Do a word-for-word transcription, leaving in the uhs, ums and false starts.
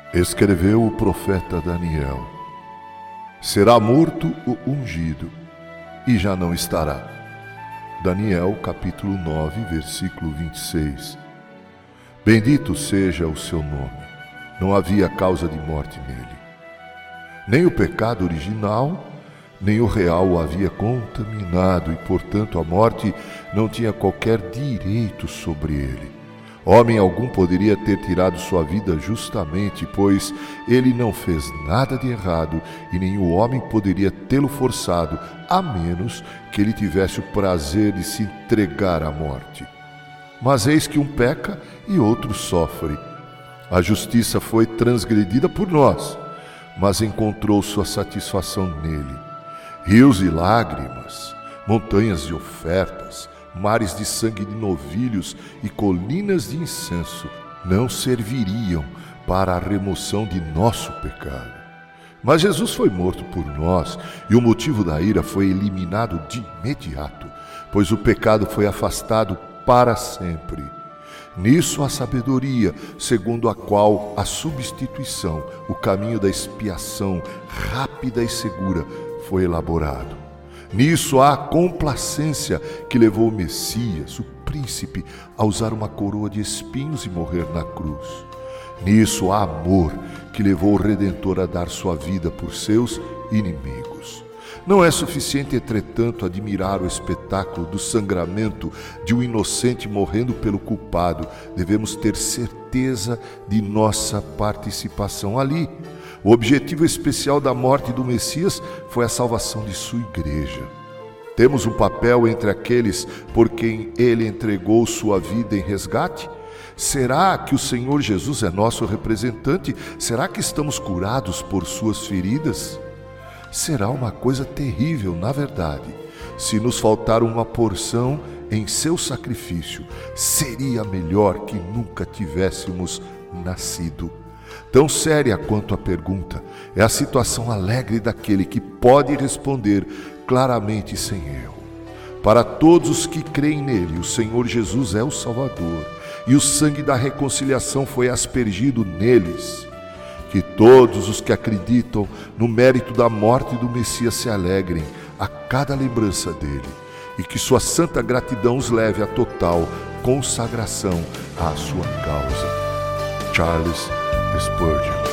Escreveu o profeta Daniel: será morto o ungido, e já não estará. Daniel capítulo nove, versículo vinte e seis. Bendito seja o seu nome. Não havia causa de morte nele. Nem o pecado original, nem o real o havia contaminado, e portanto a morte não tinha qualquer direito sobre ele. Homem algum poderia ter tirado sua vida justamente, pois ele não fez nada de errado, e nenhum homem poderia tê-lo forçado, a menos que ele tivesse o prazer de se entregar à morte. Mas eis que um peca e outro sofre. A justiça foi transgredida por nós, mas encontrou sua satisfação nele. Rios e lágrimas, montanhas de ofertas, mares de sangue de novilhos e colinas de incenso não serviriam para a remoção de nosso pecado. Mas Jesus foi morto por nós, e o motivo da ira foi eliminado de imediato, pois o pecado foi afastado para sempre. Nisso a sabedoria, segundo a qual a substituição, o caminho da expiação rápida e segura, foi elaborado. Nisso há a complacência que levou o Messias, o príncipe, a usar uma coroa de espinhos e morrer na cruz. Nisso há amor que levou o Redentor a dar sua vida por seus inimigos. Não é suficiente, entretanto, admirar o espetáculo do sangramento de um inocente morrendo pelo culpado. Devemos ter certeza de nossa participação ali. O objetivo especial da morte do Messias foi a salvação de sua igreja. Temos um papel entre aqueles por quem ele entregou sua vida em resgate? Será que o Senhor Jesus é nosso representante? Será que estamos curados por suas feridas? Será uma coisa terrível, na verdade, se nos faltar uma porção em seu sacrifício. Seria melhor que nunca tivéssemos nascido. Tão séria quanto a pergunta é a situação alegre daquele que pode responder claramente sem erro. Para todos os que creem nele, o Senhor Jesus é o Salvador, e o sangue da reconciliação foi aspergido neles. Que todos os que acreditam no mérito da morte do Messias se alegrem a cada lembrança dele, e que sua santa gratidão os leve à total consagração à sua causa. Charles Spurgeon.